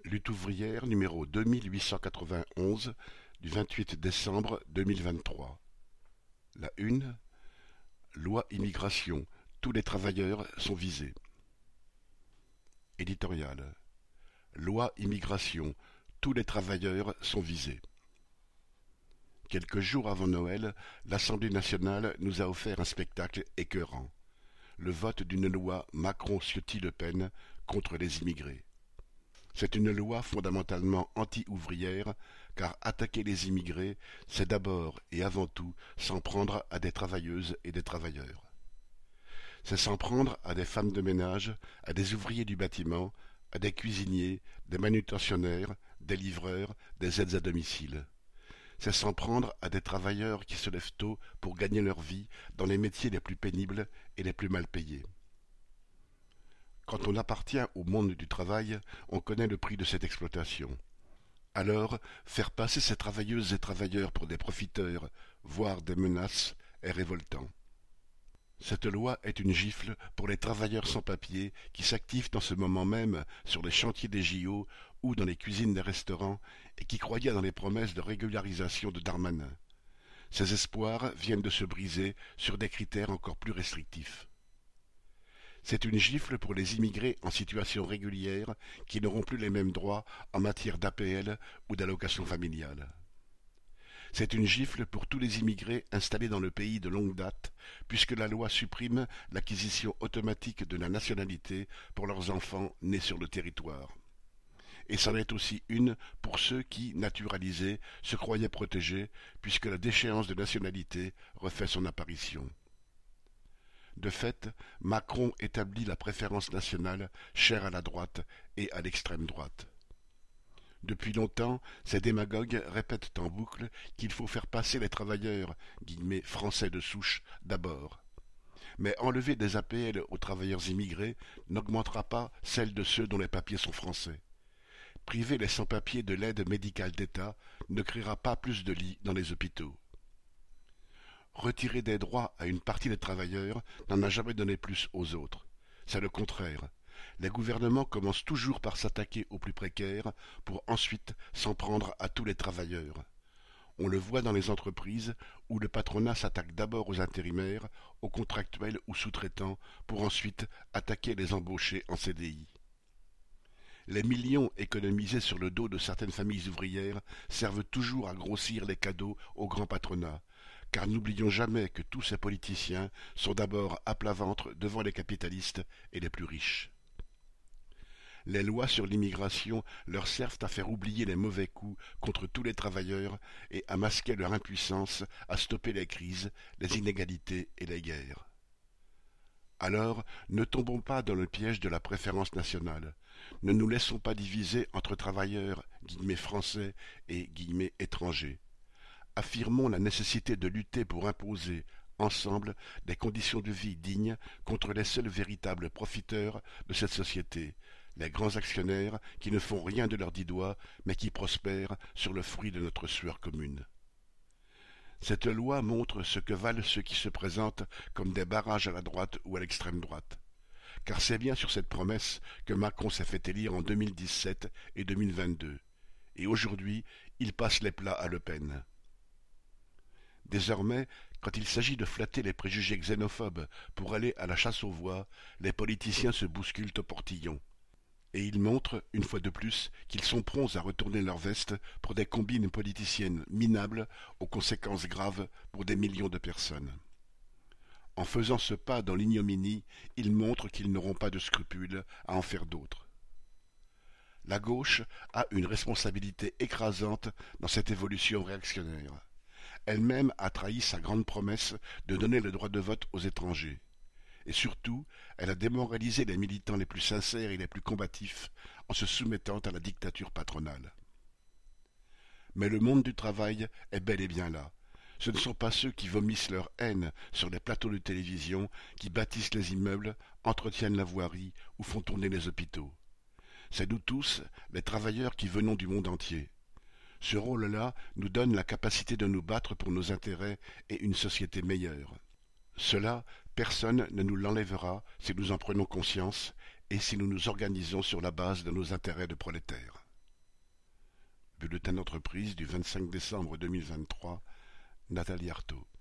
Lutte ouvrière numéro 2891 du 28 décembre 2023. La une, loi immigration, tous les travailleurs sont visés. Éditorial. Loi immigration, tous les travailleurs sont visés. Quelques jours avant Noël, l'Assemblée nationale nous a offert un spectacle écœurant. Le vote d'une loi Macron-Ciotti-Le Pen contre les immigrés. C'est une loi fondamentalement anti-ouvrière, car attaquer les immigrés, c'est d'abord et avant tout s'en prendre à des travailleuses et des travailleurs. C'est s'en prendre à des femmes de ménage, à des ouvriers du bâtiment, à des cuisiniers, des manutentionnaires, des livreurs, des aides à domicile. C'est s'en prendre à des travailleurs qui se lèvent tôt pour gagner leur vie dans les métiers les plus pénibles et les plus mal payés. Quand on appartient au monde du travail, on connaît le prix de cette exploitation. Alors, faire passer ces travailleuses et travailleurs pour des profiteurs, voire des menaces, est révoltant. Cette loi est une gifle pour les travailleurs sans papier qui s'activent en ce moment même sur les chantiers des JO ou dans les cuisines des restaurants et qui croyaient dans les promesses de régularisation de Darmanin. Ces espoirs viennent de se briser sur des critères encore plus restrictifs. C'est une gifle pour les immigrés en situation régulière qui n'auront plus les mêmes droits en matière d'APL ou d'allocation familiale. C'est une gifle pour tous les immigrés installés dans le pays de longue date, puisque la loi supprime l'acquisition automatique de la nationalité pour leurs enfants nés sur le territoire. Et c'en est aussi une pour ceux qui, naturalisés, se croyaient protégés, puisque la déchéance de nationalité refait son apparition. De fait, Macron établit la préférence nationale chère à la droite et à l'extrême droite. Depuis longtemps, ces démagogues répètent en boucle qu'il faut faire passer les travailleurs « français de souche » d'abord. Mais enlever des APL aux travailleurs immigrés n'augmentera pas celle de ceux dont les papiers sont français. Priver les sans-papiers de l'aide médicale d'État ne créera pas plus de lits dans les hôpitaux. Retirer des droits à une partie des travailleurs n'en a jamais donné plus aux autres. C'est le contraire. Les gouvernements commencent toujours par s'attaquer aux plus précaires pour ensuite s'en prendre à tous les travailleurs. On le voit dans les entreprises où le patronat s'attaque d'abord aux intérimaires, aux contractuels ou sous-traitants pour ensuite attaquer les embauchés en CDI. Les millions économisés sur le dos de certaines familles ouvrières servent toujours à grossir les cadeaux au grand patronat, car n'oublions jamais que tous ces politiciens sont d'abord à plat ventre devant les capitalistes et les plus riches. Les lois sur l'immigration leur servent à faire oublier les mauvais coups contre tous les travailleurs et à masquer leur impuissance à stopper les crises, les inégalités et les guerres. Alors, ne tombons pas dans le piège de la préférence nationale. Ne nous laissons pas diviser entre travailleurs « français » et « étrangers ». Affirmons la nécessité de lutter pour imposer, ensemble, des conditions de vie dignes contre les seuls véritables profiteurs de cette société, les grands actionnaires qui ne font rien de leurs 10 doigts, mais qui prospèrent sur le fruit de notre sueur commune. Cette loi montre ce que valent ceux qui se présentent comme des barrages à la droite ou à l'extrême droite. Car c'est bien sur cette promesse que Macron s'est fait élire en 2017 et 2022. Et aujourd'hui, il passe les plats à Le Pen. Désormais, quand il s'agit de flatter les préjugés xénophobes pour aller à la chasse aux voix, les politiciens se bousculent au portillon. Et ils montrent, une fois de plus, qu'ils sont prompts à retourner leur veste pour des combines politiciennes minables aux conséquences graves pour des millions de personnes. En faisant ce pas dans l'ignominie, ils montrent qu'ils n'auront pas de scrupules à en faire d'autres. La gauche a une responsabilité écrasante dans cette évolution réactionnaire. Elle-même a trahi sa grande promesse de donner le droit de vote aux étrangers. Et surtout, elle a démoralisé les militants les plus sincères et les plus combatifs en se soumettant à la dictature patronale. Mais le monde du travail est bel et bien là. Ce ne sont pas ceux qui vomissent leur haine sur les plateaux de télévision, qui bâtissent les immeubles, entretiennent la voirie ou font tourner les hôpitaux. C'est nous tous, les travailleurs qui venons du monde entier. Ce rôle-là nous donne la capacité de nous battre pour nos intérêts et une société meilleure. Cela, personne ne nous l'enlèvera si nous en prenons conscience et si nous nous organisons sur la base de nos intérêts de prolétaires. Bulletin d'entreprise du 25 décembre 2023, Nathalie Arthaud.